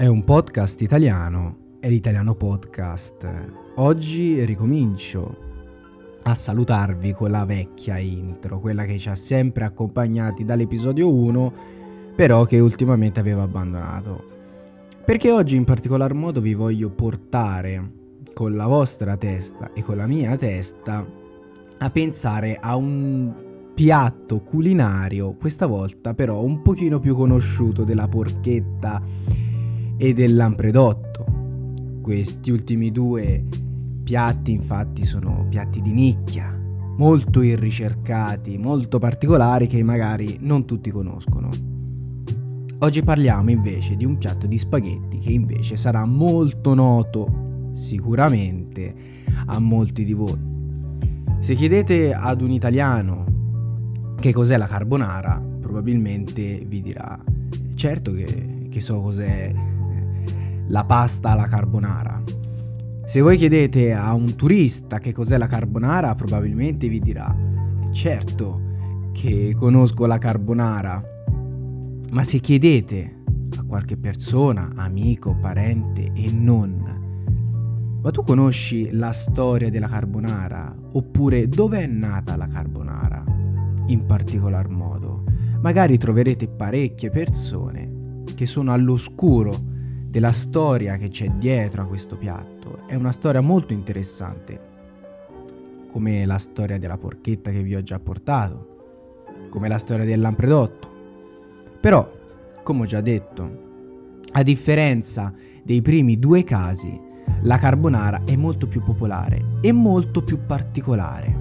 È un podcast italiano, è l'Italiano Podcast. Oggi ricomincio a salutarvi con la vecchia intro, quella che ci ha sempre accompagnati dall'episodio 1, però che ultimamente avevo abbandonato. Perché oggi in particolar modo vi voglio portare con la vostra testa e con la mia testa a pensare a un piatto culinario, questa volta però un pochino più conosciuto della porchetta e del lampredotto. Questi ultimi due piatti infatti sono piatti di nicchia, molto irricercati, molto particolari che magari non tutti conoscono. Oggi parliamo invece di un piatto di spaghetti che invece sarà molto noto sicuramente a molti di voi. Se chiedete ad un italiano che cos'è la carbonara, probabilmente vi dirà: certo che so cos'è la pasta alla carbonara. Se voi chiedete a un turista che cos'è la carbonara, probabilmente vi dirà: certo che conosco la carbonara. Ma se chiedete a qualche persona, amico, parente e non: ma tu conosci la storia della carbonara? Oppure dove è nata la carbonara? In particolar modo, magari troverete parecchie persone che sono all'oscuro della storia che c'è dietro a questo piatto. È una storia molto interessante, come la storia della porchetta che vi ho già portato, come la storia del lampredotto. Però, come ho già detto, a differenza dei primi due casi, la carbonara è molto più popolare e molto più particolare.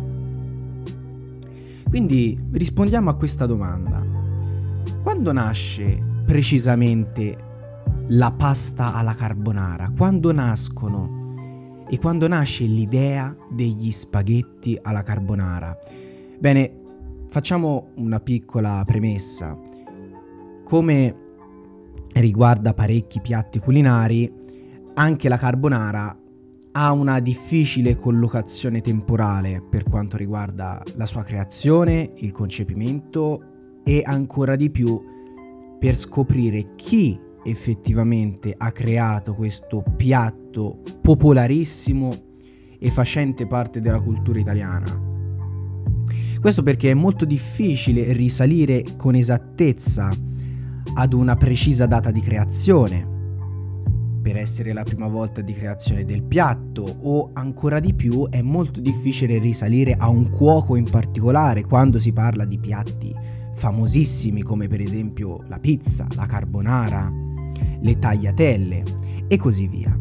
Quindi rispondiamo a questa domanda: quando nasce precisamente la pasta alla carbonara? Quando nascono e quando nasce l'idea degli spaghetti alla carbonara? Bene, facciamo una piccola premessa. Come riguarda parecchi piatti culinari, anche la carbonara ha una difficile collocazione temporale per quanto riguarda la sua creazione, il concepimento e ancora di più per scoprire chi effettivamente ha creato questo piatto popolarissimo e facente parte della cultura italiana. Questo perché è molto difficile risalire con esattezza ad una precisa data di creazione per essere la prima volta di creazione del piatto, o ancora di più è molto difficile risalire a un cuoco in particolare quando si parla di piatti famosissimi come per esempio la pizza, la carbonara, le tagliatelle e così via.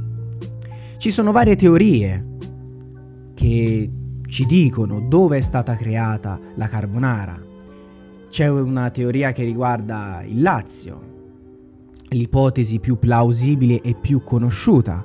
Ci sono varie teorie che ci dicono dove è stata creata la carbonara. C'è una teoria che riguarda il Lazio, l'ipotesi più plausibile e più conosciuta.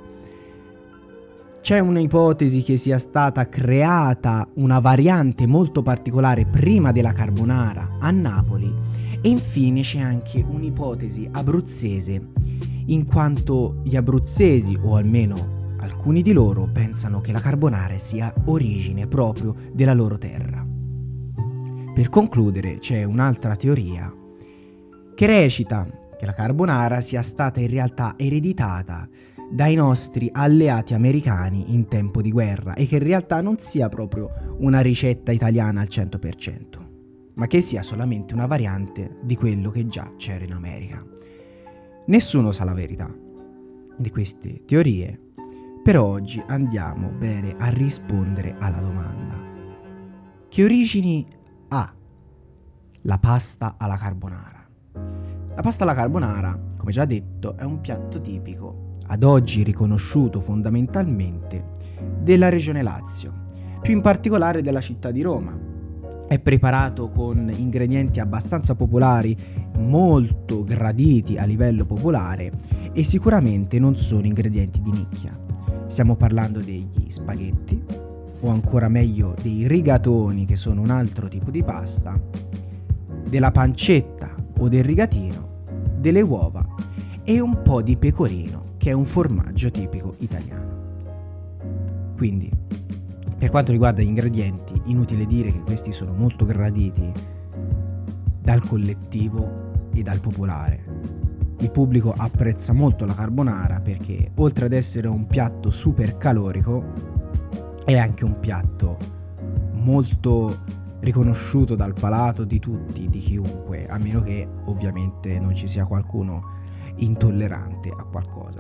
C'è un'ipotesi che sia stata creata una variante molto particolare prima della carbonara a Napoli, e infine c'è anche un'ipotesi abruzzese, in quanto gli abruzzesi, o almeno alcuni di loro, pensano che la carbonara sia origine proprio della loro terra. Per concludere, c'è un'altra teoria che recita che la carbonara sia stata in realtà ereditata dai nostri alleati americani in tempo di guerra e che in realtà non sia proprio una ricetta italiana al 100%, ma che sia solamente una variante di quello che già c'era in America. Nessuno sa la verità di queste teorie, per oggi andiamo bene a rispondere alla domanda: che origini ha la pasta alla carbonara? La pasta alla carbonara, come già detto, è un piatto tipico, ad oggi riconosciuto fondamentalmente della regione Lazio, più in particolare della città di Roma. È preparato con ingredienti abbastanza popolari, molto graditi a livello popolare, e sicuramente non sono ingredienti di nicchia. Stiamo parlando degli spaghetti, o ancora meglio dei rigatoni, che sono un altro tipo di pasta, della pancetta o del rigatino, delle uova e un po' di pecorino, che è un formaggio tipico italiano. Quindi, per quanto riguarda gli ingredienti, inutile dire che questi sono molto graditi dal collettivo e dal popolare. il pubblico apprezza molto la carbonara perché oltre ad essere un piatto super calorico è anche un piatto molto riconosciuto dal palato di tutti, di chiunque, a meno che ovviamente non ci sia qualcuno intollerante a qualcosa.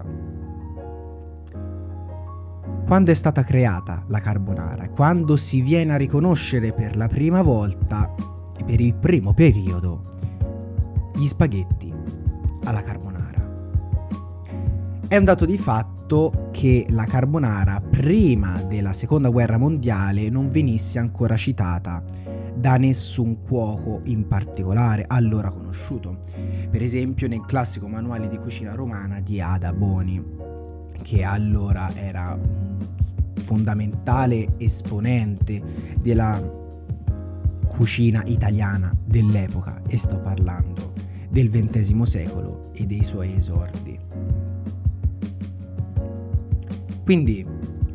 Quando è stata creata la carbonara, quando si viene a riconoscere per la prima volta, per il primo periodo, gli spaghetti alla carbonara. È un dato di fatto che la carbonara prima della seconda guerra mondiale non venisse ancora citata da nessun cuoco in particolare allora conosciuto. Per esempio nel classico manuale di cucina romana di Ada Boni, che allora era un fondamentale esponente della cucina italiana dell'epoca, e sto parlando del XX secolo e dei suoi esordi. Quindi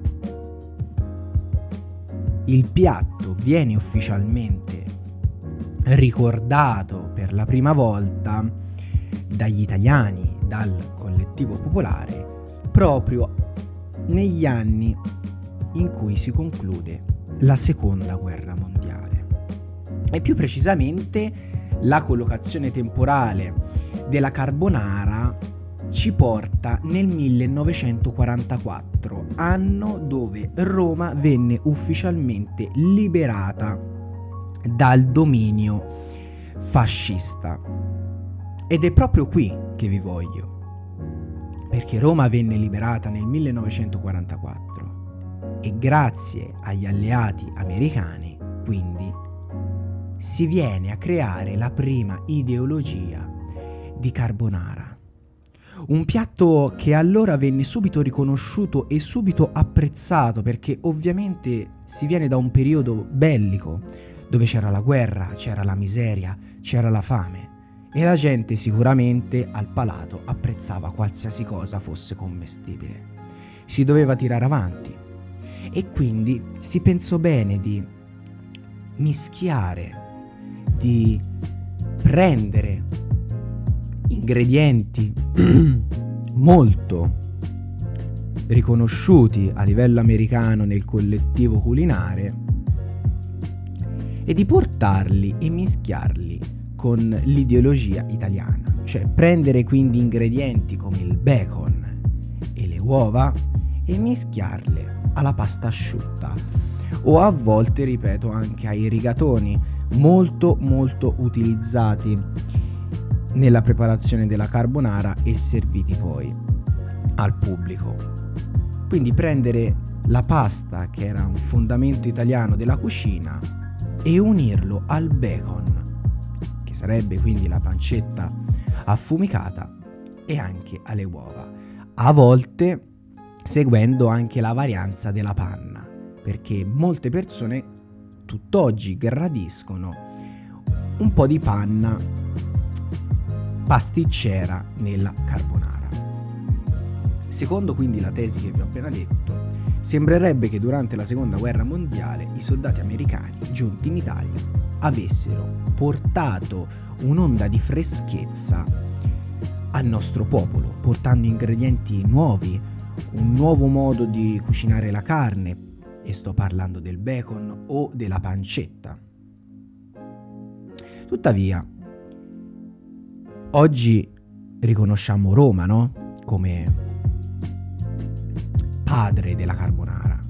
il piatto viene ufficialmente ricordato per la prima volta dagli italiani, dal collettivo popolare, proprio negli anni in cui si conclude la seconda guerra mondiale. E più precisamente la collocazione temporale della carbonara ci porta nel 1944, anno dove Roma venne ufficialmente liberata dal dominio fascista. Ed è proprio qui che vi voglio, perché Roma venne liberata nel 1944 e grazie agli alleati americani, quindi, si viene a creare la prima ideologia di carbonara. Un piatto che allora venne subito riconosciuto e subito apprezzato, perché ovviamente si viene da un periodo bellico, dove c'era la guerra, c'era la miseria, c'era la fame, e la gente sicuramente al palato apprezzava qualsiasi cosa fosse commestibile. Si doveva tirare avanti e quindi si pensò bene di mischiare, di prendere ingredienti molto riconosciuti a livello americano nel collettivo culinare e di portarli e mischiarli con l'ideologia italiana, cioè prendere quindi ingredienti come il bacon e le uova e mischiarle alla pasta asciutta o a volte, ripeto, anche ai rigatoni, molto molto utilizzati nella preparazione della carbonara e serviti poi al pubblico. Quindi prendere la pasta, che era un fondamento italiano della cucina, e unirlo al bacon, che sarebbe quindi la pancetta affumicata, e anche alle uova, a volte seguendo anche la varianza della panna, perché molte persone tutt'oggi gradiscono un po' di panna pasticcera nella carbonara. Secondo quindi la tesi che vi ho appena detto, sembrerebbe che durante la seconda guerra mondiale i soldati americani giunti in Italia avessero portato un'onda di freschezza al nostro popolo, portando ingredienti nuovi, un nuovo modo di cucinare la carne, e sto parlando del bacon o della pancetta. Tuttavia, oggi riconosciamo Roma, no? Come padre della carbonara.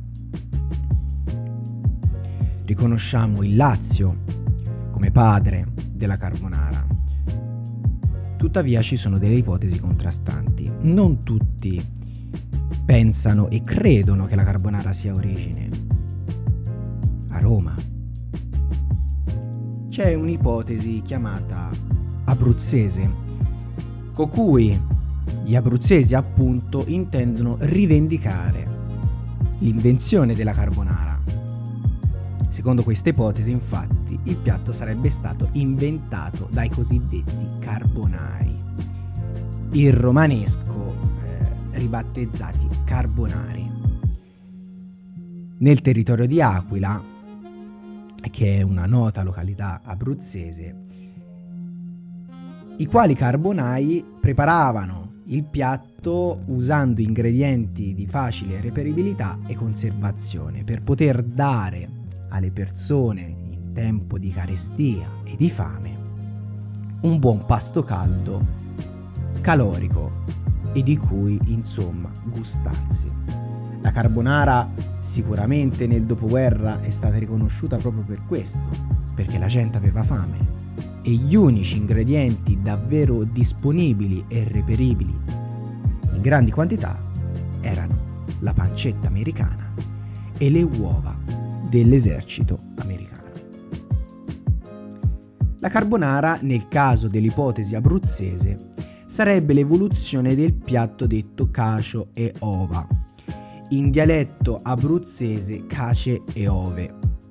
Riconosciamo il Lazio come padre della carbonara. Tuttavia ci sono delle ipotesi contrastanti. Non tutti pensano e credono che la carbonara sia origine a Roma. C'è un'ipotesi chiamata abruzzese, con cui gli abruzzesi appunto intendono rivendicare l'invenzione della carbonara. Secondo questa ipotesi, infatti, il piatto sarebbe stato inventato dai cosiddetti carbonai, in romanesco ribattezzati carbonari. Nel territorio di Aquila, che è una nota località abruzzese, i quali carbonai preparavano il piatto usando ingredienti di facile reperibilità e conservazione per poter dare alle persone in tempo di carestia e di fame un buon pasto caldo, calorico e di cui insomma gustarsi. La carbonara sicuramente nel dopoguerra è stata riconosciuta proprio per questo, perché la gente aveva fame e gli unici ingredienti davvero disponibili e reperibili in grandi quantità erano la pancetta americana e le uova dell'esercito americano. La carbonara, nel caso dell'ipotesi abruzzese, sarebbe l'evoluzione del piatto detto cacio e ova, in dialetto abruzzese cace e ove,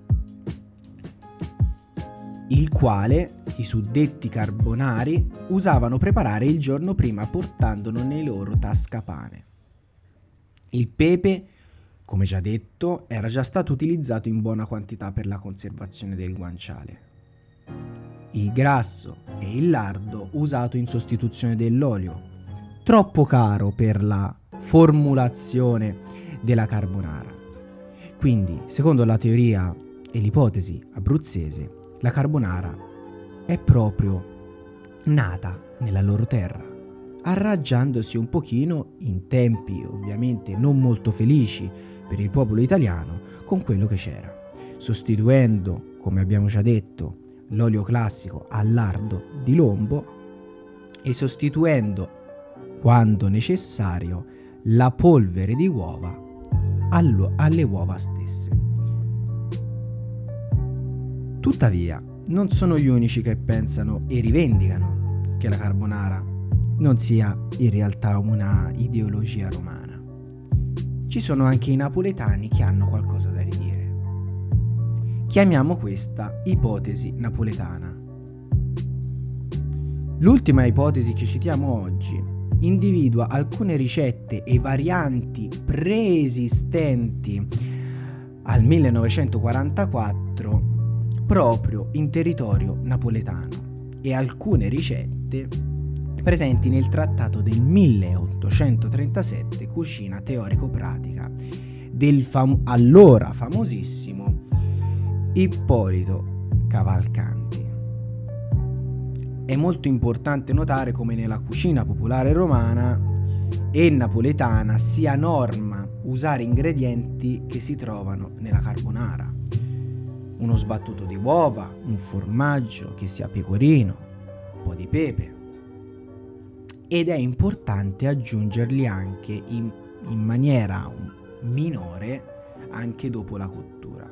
il quale i suddetti carbonari usavano preparare il giorno prima portandolo nei loro tascapane. Il pepe, come già detto, era già stato utilizzato in buona quantità per la conservazione del guanciale. Il grasso e il lardo usato in sostituzione dell'olio, troppo caro per la formulazione della carbonara. Quindi, secondo la teoria e l'ipotesi abruzzese, la carbonara è proprio nata nella loro terra, arrangiandosi un pochino in tempi ovviamente non molto felici per il popolo italiano con quello che c'era, sostituendo, come abbiamo già detto, l'olio classico al lardo di lombo e sostituendo, quando necessario, la polvere di uova alle uova stesse. Tuttavia, non sono gli unici che pensano e rivendicano che la carbonara non sia in realtà una ideologia romana. Ci sono anche i napoletani che hanno qualcosa da ridire. Chiamiamo questa ipotesi napoletana. L'ultima ipotesi che citiamo oggi individua alcune ricette e varianti preesistenti al 1944 proprio in territorio napoletano e alcune ricette presenti nel trattato del 1837 Cucina teorico-pratica del allora famosissimo Ippolito Cavalcanti. È molto importante notare come nella cucina popolare romana e napoletana sia norma usare ingredienti che si trovano nella carbonara. Uno sbattuto di uova, un formaggio che sia pecorino, un po' di pepe. Ed è importante aggiungerli anche in maniera minore anche dopo la cottura.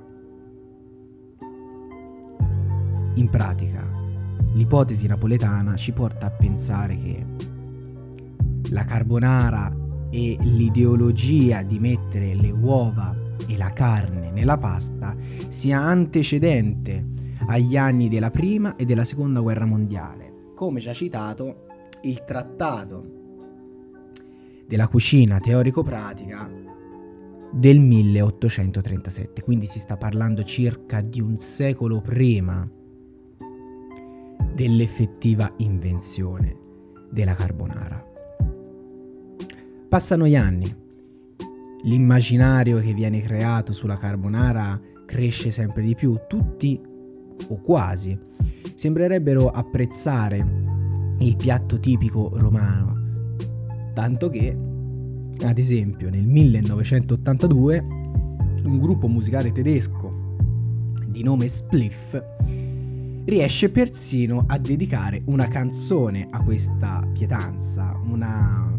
In pratica, l'ipotesi napoletana ci porta a pensare che la carbonara e l'ideologia di mettere le uova e la carne nella pasta sia antecedente agli anni della prima e della seconda guerra mondiale. Come già citato, il trattato della cucina teorico-pratica del 1837, quindi si sta parlando circa di un secolo prima dell'effettiva invenzione della carbonara. Passano gli anni, l'immaginario che viene creato sulla carbonara cresce sempre di più, tutti o quasi sembrerebbero apprezzare il piatto tipico romano, tanto che, ad esempio, nel 1982 un gruppo musicale tedesco di nome Spliff riesce persino a dedicare una canzone a questa pietanza, una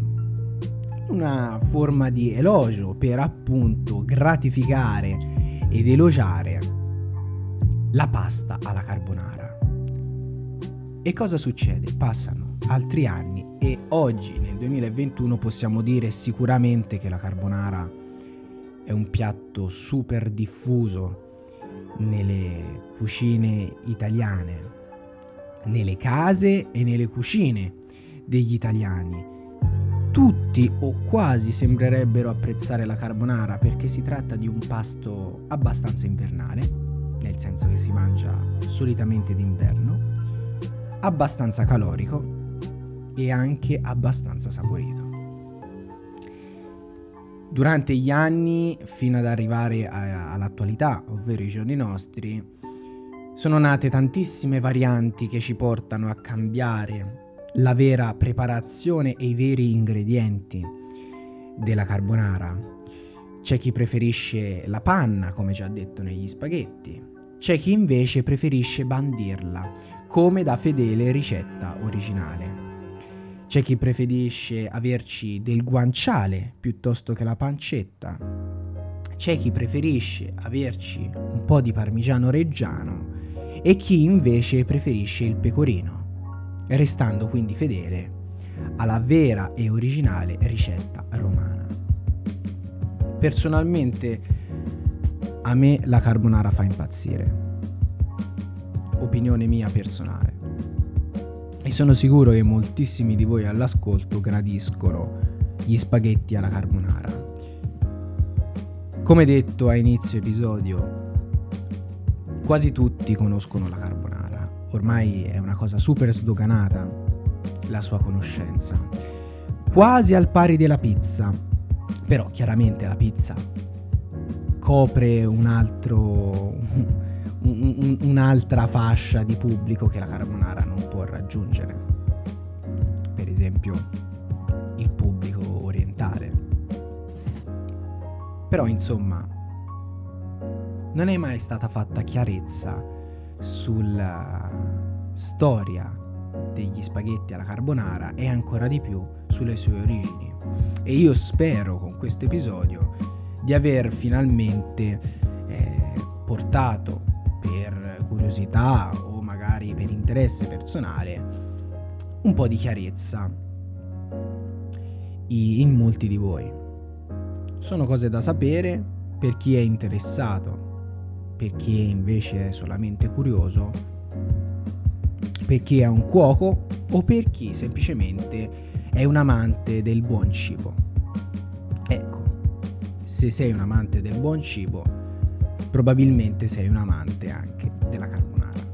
forma di elogio per appunto gratificare ed elogiare la pasta alla carbonara. E cosa succede? Passano altri anni e oggi nel 2021 possiamo dire sicuramente che la carbonara è un piatto super diffuso nelle cucine italiane, nelle case e nelle cucine degli italiani. Tutti o quasi sembrerebbero apprezzare la carbonara perché si tratta di un pasto abbastanza invernale, nel senso che si mangia solitamente d'inverno, abbastanza calorico e anche abbastanza saporito. Durante gli anni, fino ad arrivare all'attualità, ovvero i giorni nostri, sono nate tantissime varianti che ci portano a cambiare la vera preparazione e i veri ingredienti della carbonara. C'è chi preferisce la panna, come già detto negli spaghetti. C'è chi invece preferisce bandirla, come da fedele ricetta originale. C'è chi preferisce averci del guanciale piuttosto che la pancetta. C'è chi preferisce averci un po' di parmigiano reggiano e chi invece preferisce il pecorino, restando quindi fedele alla vera e originale ricetta romana. Personalmente a me la carbonara fa impazzire. Opinione mia personale. E sono sicuro che moltissimi di voi all'ascolto gradiscono gli spaghetti alla carbonara. Come detto a inizio episodio, quasi tutti conoscono la carbonara. Ormai è una cosa super sdoganata la sua conoscenza. Quasi al pari della pizza. Però chiaramente la pizza copre un'altra fascia di pubblico che la carbonara non può raggiungere. Per esempio il pubblico orientale. Però insomma non è mai stata fatta chiarezza sulla storia degli spaghetti alla carbonara e ancora di più sulle sue origini. E io spero con questo episodio di aver finalmente portato, per curiosità o magari per interesse personale, un po' di chiarezza in molti di voi. Sono cose da sapere per chi è interessato, per chi è invece solamente curioso, per chi è un cuoco o per chi semplicemente è un amante del buon cibo. Ecco, se sei un amante del buon cibo, probabilmente sei un amante anche della carbonara.